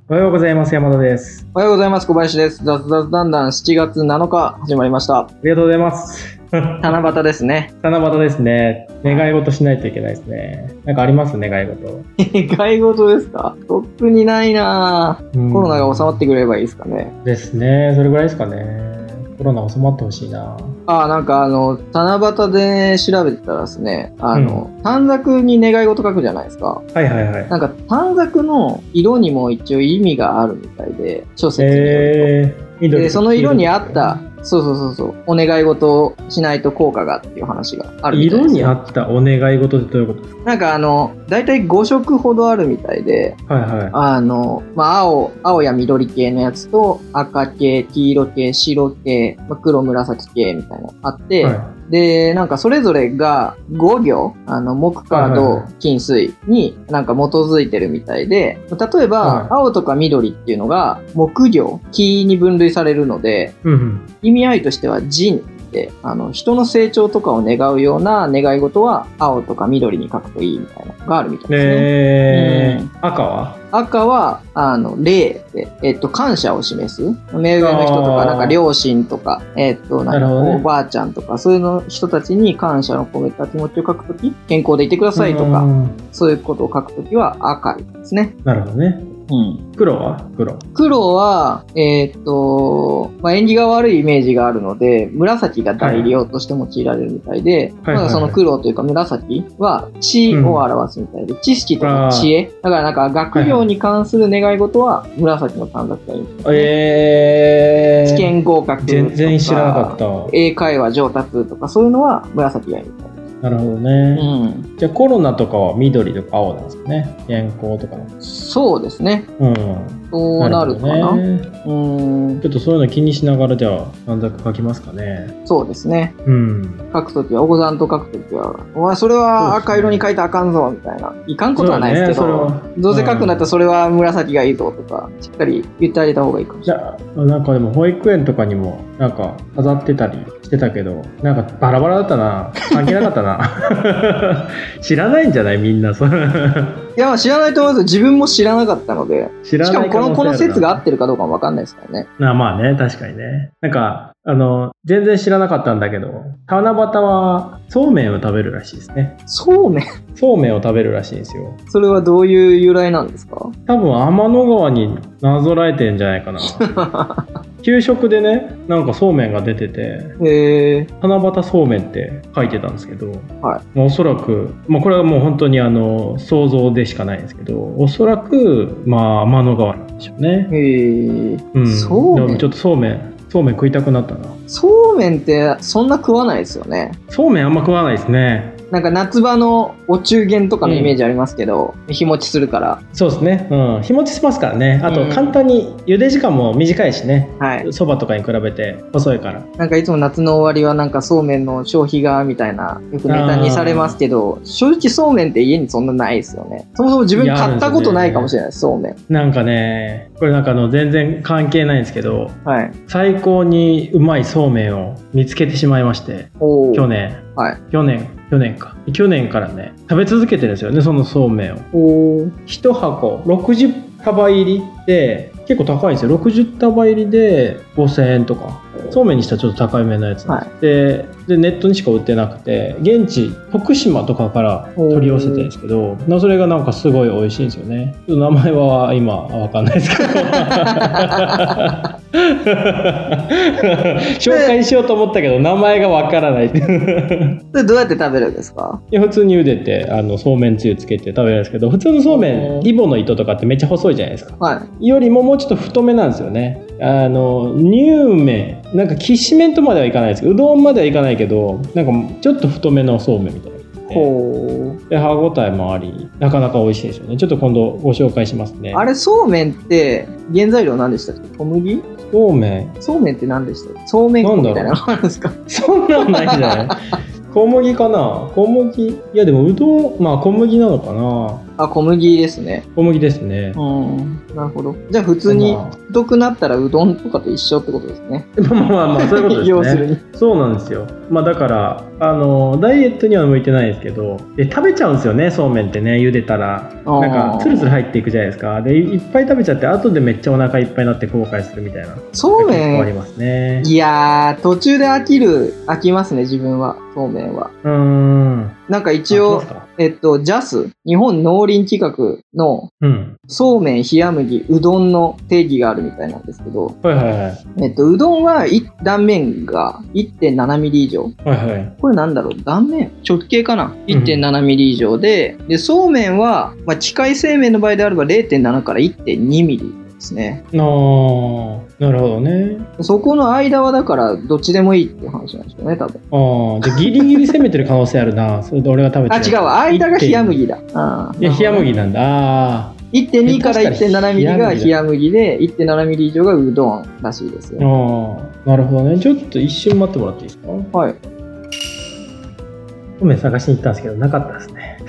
おはようございます。山田です。 おはようございます。小林です。雑談だんだん7月7日始まりました。 ありがとうございます。 七夕ですね。 七夕ですね。願い事しないといけないですね。なんかあります？願い事。 願い事ですか？特にないな、コロナが収まってくれればいいですかね。 ですね。それぐらいですかね。コロナ収まってほしいな。 なんか七夕で調べてたらですね、短冊に願い事書くじゃないですか。 はいはいはい。 なんか短冊の色にも一応意味があるみたいで、諸説によると。で、その色に合った、そう、お願い事をしないと効果がっていう話があるみたいです。 色に合ったお願い事ってどういうことですか？ なんかだいたい5色ほどあるみたいで、 はいはい。 青や緑系のやつと赤系、黄色系、白系、黒紫系みたいなのがあって、はい、で、なんかそれぞれが5行、木火土金水になんか基づいてるみたいで、例えば、青とか緑っていうのが木行、木に分類されるので、意味合いとしては仁って人の成長とかを願うような願い事は青とか緑に書くといいみたいなのがあるみたいですね。赤は礼で、感謝を示す。目上の人とか、なんか両親とか、なんかおばあちゃんとか、そういうの人たちに感謝の込めた気持ちを書くとき、健康でいてくださいとか、そういうことを書くときは赤ですね。 なるほどね。黒は縁起が悪いイメージがあるので、紫が代用として用いられるみたいで、その黒というか紫は知を表すみたいで、知識とか知恵。だからなんか学業に関する願い事は紫の短冊がいいみたいですね。試験合格とか、 全然知らなかった。 英会話上達とかそういうのは紫がいいみたいです。 なるほどね。じゃあコロナとかは緑とか青なんですかね。健康とかの。 そうですね。そうなるかな。 ちょっとそういうの気にしながらじゃあ短冊書きますかね。 そうですね。書くときは、お子さんと書くときは、お前それは赤色に書いたらあかんぞみたいな。いかんことはないですけど、どうせ書くんだったらそれは紫がいいぞとか、しっかり言ってあげた方がいいかもしれない。 なんかでも保育園とかにもなんか飾ってたりしてたけど、なんかバラバラだったな。関係なかったな。知らないんじゃないみんな。 いや、知らないと思います。自分も知らなかったので。しかもこの説が合ってるかどうかもわかんないですからね。 まあね、確かにね。なんか、全然知らなかったんだけど、七夕はそうめんを食べるらしいですね。 そうめんを食べるらしいんですよ。 それはどういう由来なんですか？ 多分天の川になぞらえてんじゃないかな。給食でね、なんかそうめんが出てて、七夕そうめんって書いてたんですけど、おそらく、これはもう本当に想像でしかないんですけど、おそらく天の川なんでしょうね。そうめん。でもちょっとそうめん食いたくなったな。 そうめんってそんな食わないですよね。 そうめんあんま食わないですね。 なんか夏場のお中元とかのイメージありますけど、日持ちするから。 そうですね。日持ちしますからね。あと簡単に茹で時間も短いしね。そばとかに比べて細いから。 なんかいつも夏の終わりはなんかそうめんの消費がみたいなよくネタにされますけど、正直そうめんって家にそんなないですよね。そもそも自分買ったことないかもしれないです、そうめん。 なんかね、これなんか全然関係ないんですけど、最高にうまいそうめんを見つけてしまいまして、去年からね食べ続けてるんですよね、そのそうめんを。1箱60束入りで結構高いんですよ。60束入りで5000円とか、そうめんにしたらちょっと高いめのやつなんです、でネットにしか売ってなくて、現地徳島とかから取り寄せてるんですけど、それがなんかすごい美味しいんですよね。ちょっと名前は今わかんないですけど紹介しようと思ったけど名前がわからないそれどうやって食べるんですか？ いや、普通に茹でてそうめんつゆつけて食べるんですけど、普通のそうめんリボの糸とかってめっちゃ細いじゃないですか、よりももうちょっと太めなんですよね。乳麺、なんかきしめんとまではいかないですけど、うどんまではいかないけど、なんかちょっと太めのそうめんみたいな。で歯ごたえもあり、なかなか美味しいですよね。ちょっと今度ご紹介しますね。 あれ、そうめんって原材料何でしたっけ？小麦？そうめんって何でしたっけ？そうめん粉みたいなのあるんですか？ そんなんないんじゃない？小麦かな？小麦、いやでもうどん、小麦なのかな。 あ、小麦ですね。 小麦ですね。 なるほど。じゃあ普通に太くなったらうどんとかと一緒ってことですね。 まあそういうことですね。 要するに。 そうなんですよ。まあだからダイエットには向いてないですけど、食べちゃうんですよね、そうめんってね、茹でたらなんかツルツル入っていくじゃないですか。でいっぱい食べちゃって後でめっちゃお腹いっぱいになって後悔するみたいな。 そうめんありますね。 いやー、途中で飽きますね、自分は。そうめんは。なんか一応JAS 日本農林企画のそうめん、冷麦、うどんの定義があるみたいなんですけど、うどんは断面が 1.7 ミリ以上。これなんだろう、断面直径かな、1.7 ミリ以上で、そうめんは、まあ、機械製麺の場合であれば 0.7 から 1.2 ミリですね。 なるほどね。 そこの間はだからどっちでもいいっていう話なんでしょうね、多分。 じゃあギリギリ攻めてる可能性あるな。それで俺が食べてる。 あ、違うわ、間が冷麦だ。 いや、冷麦なんだ。 1.2 から 1.7 ミリが冷麦で 1.7 ミリ以上がうどんらしいですよ。 なるほどね。ちょっと一瞬待ってもらっていいですか。はい。そうめん探しに行ったんですけどなかったですね。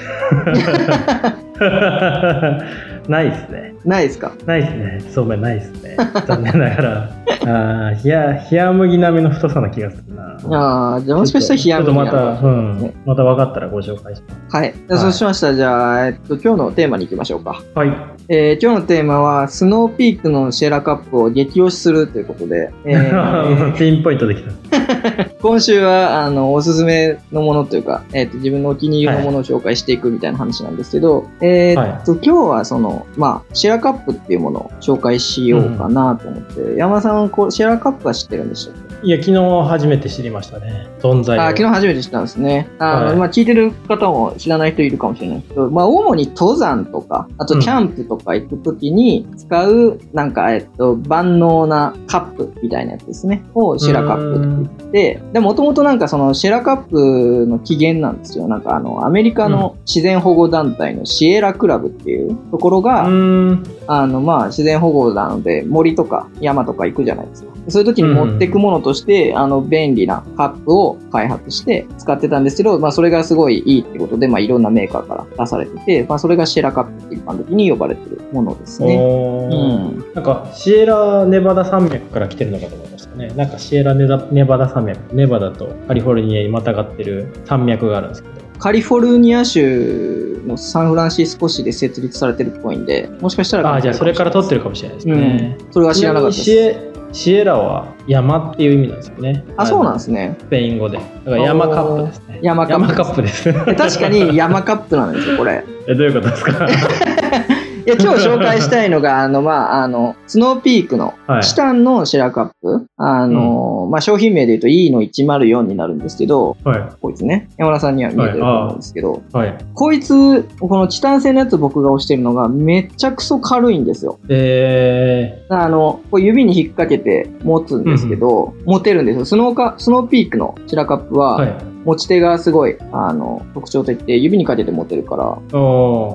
ないですね。 ないですか。 ないですね。そうめんないですね。残念ながら。冷麦並みの太さな気がするな。 じゃあもしかしたら冷麦なのかもしれないですね。 また分かったらご紹介します。 はい。そうしましたら、じゃあ、今日のテーマに行きましょうか。 はい。 今日のテーマは、スノーピークのシェラカップを激推しするということで。 ピンポイントできた。 今週は、おすすめのものというか、自分のお気に入りのものを紹介していくみたいな話なんですけど、今日はシェラカップっていうものを紹介しようかなと思って、山田さん、シェラカップは知ってるんでしたっけ？ いや、昨日初めて知りましたね。存在を。 昨日初めて知ったんですね。聞いてる方も知らない人いるかもしれないですけど、主に登山とか、あとキャンプとか行くときに使う、万能なカップみたいなやつですね。をシェラカップって言って、で、もともとそのシェラカップの起源なんですよ。アメリカの自然保護団体のシエラクラブっていうところが、自然保護なので森とか山とか行くじゃないですか。そういう時に持っていくものとして、便利なカップを開発して使ってたんですけど、それがすごいいいってことで、いろんなメーカーから出されてて、それがシエラカップって一般的に呼ばれてるものですね。 なんかシエラネバダ山脈から来てるのかと思いましたね。なんかシエラネバダ山脈、ネバダとカリフォルニアにまたがってる山脈があるんですけど、 カリフォルニア州のサンフランシスコ市で設立されてるっぽいんで、もしかしたらじゃあそれから取ってるかもしれないですね。 それは知らなかったです。 シエラは山っていう意味なんですよね。 そうなんですね。 スペイン語で。だから山カップですね。 山カップです。確かに山カップなんですよ、これ。 どういうことですか？ 今日紹介したいのが、スノーピークのチタンのシェラカップ。商品名で言うと E の104になるんですけど、こいつね、山田さんには見えてると思うんですけど、こいつ、このチタン製のやつ僕が押してるのがめっちゃくそ軽いんですよ。こう指に引っ掛けて持つんですけど、持てるんですよ。スノーピークのシェラカップは、持ち手がすごい特徴的で指にかけて持てるから、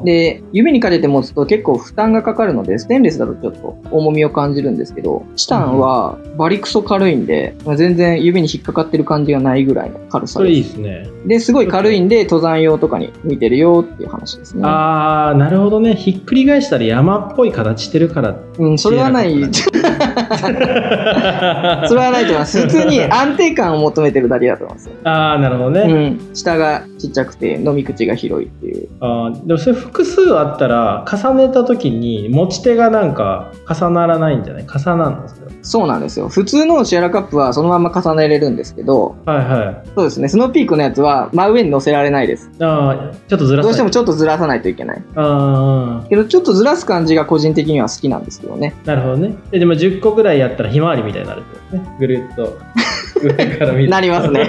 で指にかけて持つと結構負担がかかるのでステンレスだとちょっと重みを感じるんですけど、チタンはバリクソ軽いんで、全然指に引っかかってる感じがないぐらいの軽さです。 それいいですね。 ですごい軽いんで登山用とかに向いてるよっていう話ですね。 なるほどね。ひっくり返したら山っぽい形してるから。 それはないそれはないと思います。普通に安定感を求めてるだけだと思いますよ。 なるほどね。 下がちっちゃくて飲み口が広いっていう。 でもそれ複数あったら重ねた時に持ち手がなんか重ならないんじゃない？重なるんですよ。 そうなんですよ。普通のシェラカップはそのまま重ねれるんですけど、そうですね。スノーピークのやつは真上に乗せられないです。 ちょっとずらさない。 どうしてもちょっとずらさないといけない。けどちょっとずらす感じが個人的には好きなんですけどね。 なるほどね。でも10個ぐらいやったらひまわりみたいになるんですね。ぐるっと上から見るなりますね。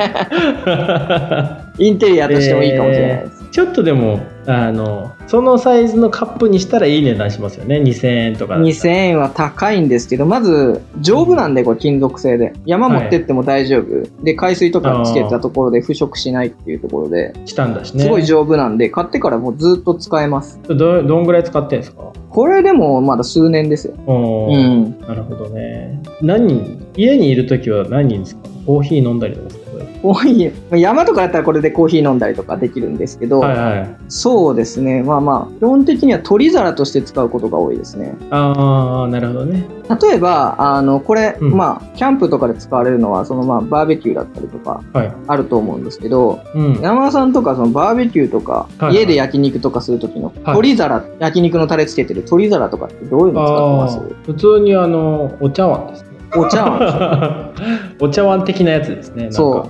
インテリアとしてもいいかもしれないです。 ちょっとでもそのサイズのカップにしたらいい値段しますよね。2000円とか。 2000円は高いんですけど、まず丈夫なんで、これ金属製で山持ってっても大丈夫、で海水とかつけたところで腐食しないっていうところでチタンだしね、 すごい丈夫なんで買ってからもうずっと使えます。 どんぐらい使ってんですか？ これでもまだ数年ですよ。 なるほどね。家にいるときは何人ですか？コーヒー飲んだりとかですか？ コーヒー、山とかだったらこれでコーヒー飲んだりとかできるんですけど、 はいはい、 そうですね。まあまあ、基本的には取り皿として使うことが多いですね。 ああ、なるほどね。 例えば、これ、まあ、キャンプとかで使われるのは、まあ、バーベキューだったりとか、あると思うんですけど、山田さんとか、バーベキューとか、家で焼肉とかするときの取り皿、焼肉のタレつけてる取り皿とかってどういうの使ってます？ 普通にお茶碗ですね。 お茶碗お茶碗的なやつですね。 そう。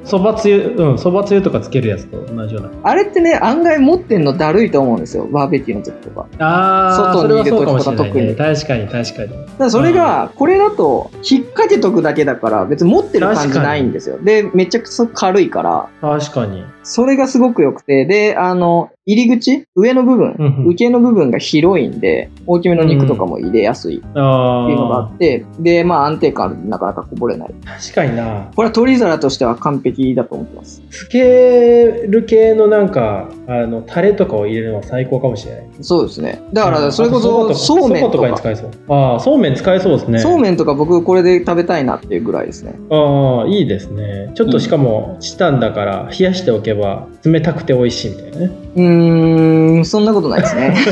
そばつゆ、そばつゆとかつけるやつと同じような。 あれってね、案外持ってんのだるいと思うんですよ。バーベキューの時とか。外にいる時とか特に。 確かに確かに。 だからそれが、これだと、引っ掛けとくだけだから、別に持ってる感じないんですよ。で、めっちゃ軽いから。 確かに。 それがすごく良くて、で、入り口上の部分、受けの部分が広いんで、大きめの肉とかも入れやすいっていうのがあって、で、まあ安定感あるんでなかなかこぼれない。 確かにな。 これは取り皿としては完璧だと思ってます。 つける系のなんか、タレとかを入れるのは最高かもしれない。 そうですね。だから、それこそ、そうめんとかに使えそう。 ああ、そうめん使えそうですね。 そうめんとか僕これで食べたいなっていうぐらいですね。 ああ、いいですね。ちょっとしかも、チタンだから冷やしておけば冷たくて美味しいみたいなね。 そんなことないですね。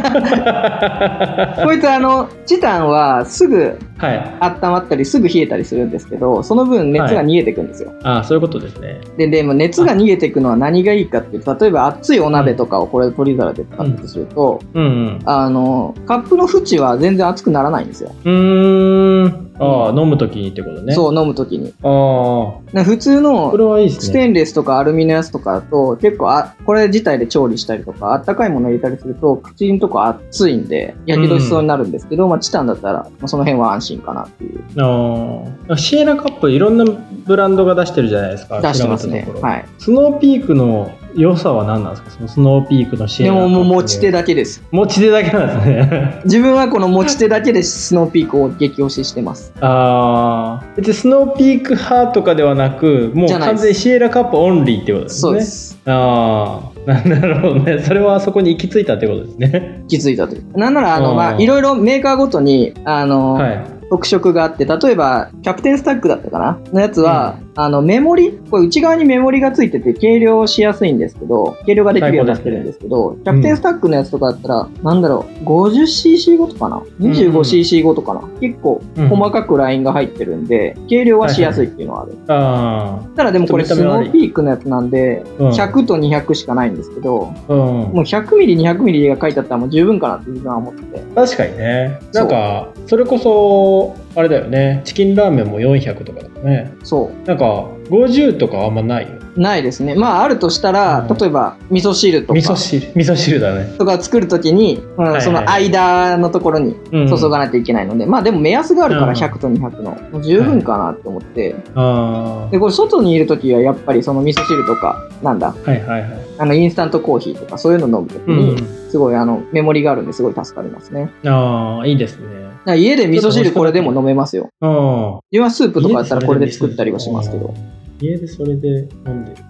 こいつチタンはすぐ温まったりすぐ冷えたりするんですけど、その分熱が逃げていくんですよ。 ああ、そういうことですね。 でも熱が逃げていくのは何がいいかっていうと、例えば熱いお鍋とかをこれ取り皿で使ったとすると、カップの縁は全然熱くならないんですよ。 ああ、飲むときにってことね。 そう、飲むときに。 ああ。 普通のステンレスとかアルミのやつとかだと、結構これ自体で調理したりとか、あったかいもの入れたりすると、口のとこ熱いんで、やけどしそうになるんですけど、チタンだったら、その辺は安心かなっていう。 シエラカップいろんなブランドが出してるじゃないですか。 出してますね。はい。 スノーピークの良さは何なんですか？そのスノーピークのシエラカップ。 でももう持ち手だけです。 持ち手だけなんですね。 自分はこの持ち手だけでスノーピークを激推ししてます。 別にスノーピーク派とかではなく、もう完全にシエラカップオンリーってことですね。 そうです。 なるほどね。それはそこに行き着いたってことですね。 行き着いたという。なんならいろいろメーカーごとに特色があって、例えばキャプテンスタックだったかなのやつは、メモリ、これ内側にメモリがついてて計量しやすいんですけど、計量ができるようになってるんですけど、キャプテンスタックのやつとかだったら、50cc ごとかな ?25cc ごとかな、結構細かくラインが入ってるんで、計量はしやすいっていうのはある。ただでもこれスノーピークのやつなんで、100と200しかないんですけど、もう100ミリ、200ミリが書いてあったらもう十分かなって自分は思ってて。 確かにね。なんか、それこそ、あれだよね。チキンラーメンも400とかだもんね。 そう。 なんか、50とかあんまないよ。 ないですね。まあ、あるとしたら、例えば、味噌汁とか。味噌汁だね。 とか作るときに、その間のところに注がないといけないので、まあでも目安があるから100と200の、もう十分かなって思って。で、これ外にいるときはやっぱりその味噌汁とか、インスタントコーヒーとかそういうの飲むときに、すごいメモリがあるんですごい助かりますね。 いいですね。 家で味噌汁これでも飲めますよ。自分はスープとかだったらこれで作ったりはしますけど。 家でそれで飲んで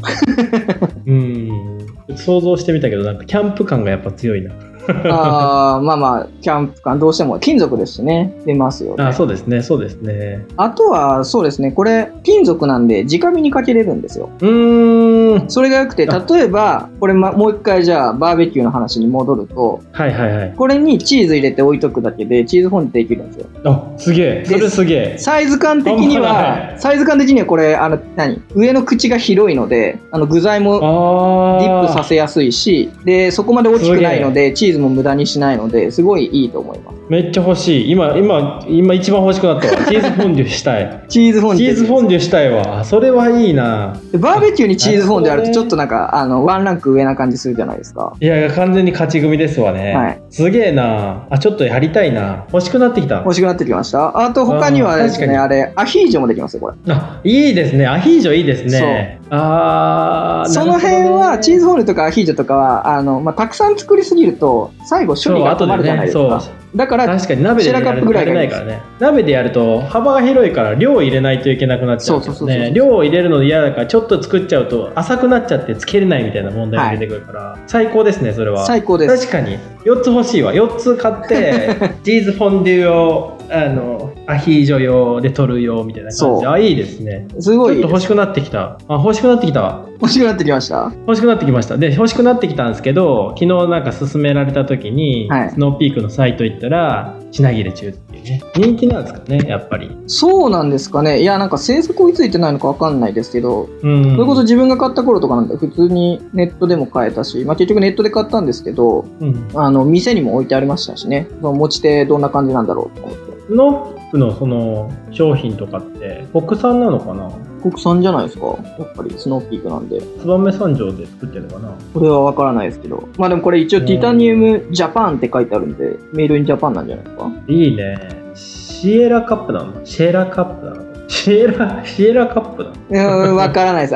る。想像してみたけど、なんかキャンプ感がやっぱ強いな。 まあまあ、キャンプ感どうしても金属ですしね、出ますよね。 そうですね、そうですね。 あとは、そうですね、これ、金属なんで、直火にかけれるんですよ。それが良くて、例えば、これ、もう一回じゃあ、バーベキューの話に戻ると、これにチーズ入れて置いとくだけで、チーズフォンデュできるんですよ。 すげえ。それすげえ。 サイズ感的にはこれ、上の口が広いので、具材もディップさせやすいし、で、そこまで大きくないので、チーズも無駄にしないので、すごいいいと思います。 めっちゃ欲しい。今一番欲しくなったわ。チーズフォンデュしたい。 チーズフォンデュしたいわ。それはいいな。 バーベキューにチーズフォンデュあるとちょっとなんかワンランク上な感じするじゃないですか。 いや完全に勝ち組ですわね。すげえな。ちょっとやりたいな。欲しくなってきた。 欲しくなってきました。あと他にはですね、アヒージョもできますよこれ。 いいですね。アヒージョいいですね。 その辺はチーズフォンデュとかアヒージョとかはたくさん作りすぎると最後処理が困るじゃないですか。だから確かに鍋でやると足りないからね。鍋でやると幅が広いから量を入れないといけなくなっちゃう。量を入れるの嫌だからちょっと作っちゃうと浅くなっちゃってつけれないみたいな問題が出てくるから、最高ですねそれは。 最高です。 確かに4つ欲しいわ。4つ買ってチーズフォンデュをアヒージョ用で取る用みたいな感じで。いいですね。 すごい。 ちょっと欲しくなってきた。欲しくなってきた。 欲しくなってきました。 欲しくなってきました。で、欲しくなってきたんですけど、昨日なんか勧められた時に、スノーピークのサイト行ったら、品切れ中っていうね。人気なんですかね、やっぱり。 そうなんですかね。いや、なんか制作追いついてないのか分かんないですけど、それこそ自分が買った頃とかなんで、普通にネットでも買えたし、結局ネットで買ったんですけど、店にも置いてありましたしね。その持ち手どんな感じなんだろうと思って。 スノーピークのその商品とかって国産なのかな？ 国産じゃないですか。やっぱりスノーピークなんで。 燕三条で作ってるのかな？ これは分からないですけど。でもこれ一応ティタニウムジャパンって書いてあるんで、メイドインジャパンなんじゃないですか？ いいね。シエラカップなの？シエラカップなの？シエラカップだ。 わからないです。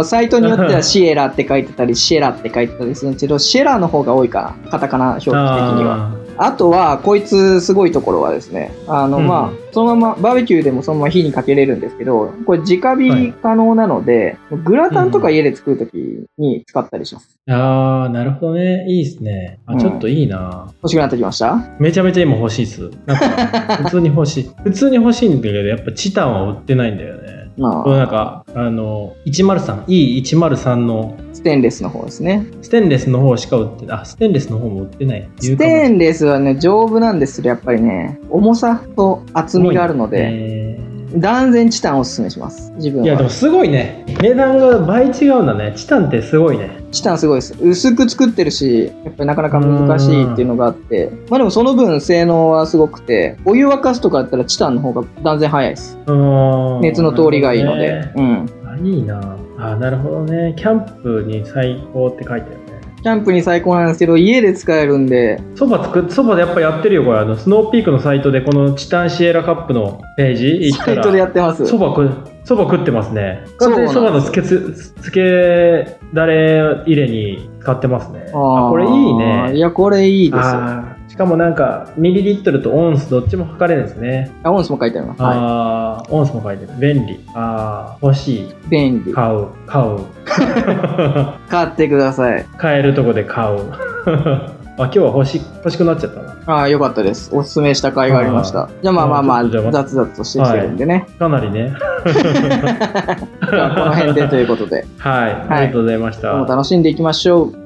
サイトによってはシエラって書いてたり、シエラって書いてたりするんですけど、シエラの方が多いかな。カタカナ表記的には。あとは、こいつすごいところはですね、そのまま、バーベキューでもそのまま火にかけれるんですけど、これ直火可能なので、グラタンとか家で作るときに使ったりします。 なるほどね。いいですね。ちょっといいな。 欲しくなってきました？ めちゃめちゃ今欲しいっす。なんか、普通に欲しい。普通に欲しいんだけど、やっぱチタンは売ってないんだよね。なんか、E103 のステンレスの方ですね。 ステンレスの方しか売ってない。ステンレスの方も売ってない。 ステンレスはね、丈夫なんですけど、やっぱりね、重さと厚みがあるので、断然チタンをおすすめします。自分は。 いや、でもすごいね。値段が倍違うんだね。チタンってすごいね。 チタンすごいです。薄く作ってるし、やっぱりなかなか難しいっていうのがあって、でもその分性能はすごくて、お湯沸かすとかだったらチタンの方が断然早いです。熱の通りがいいので。 いいな。なるほどね。キャンプに最高って書いてあるね。 キャンプに最高なんですけど、家で使えるんで。 そばでやっぱやってるよ、これ。スノーピークのサイトでこのチタンシエラカップのページ行ったら。 サイトでやってます。 そば食ってますね。完全にそばのつけだれ入れに使ってますね。これいいね。 いや、これいいですよ。 しかもなんか、ミリリットルとオンスどっちも測れるんですね。 オンスも書いてあります。 オンスも書いてる。便利。欲しい。 便利。 買う。 買ってください。 買えるとこで買う。今日は欲しくなっちゃったな。 よかったです。おすすめした甲斐がありました。じゃあ雑々としてきてるんでね。 かなりね。 この辺でということで。 ありがとうございました。 楽しんでいきましょう。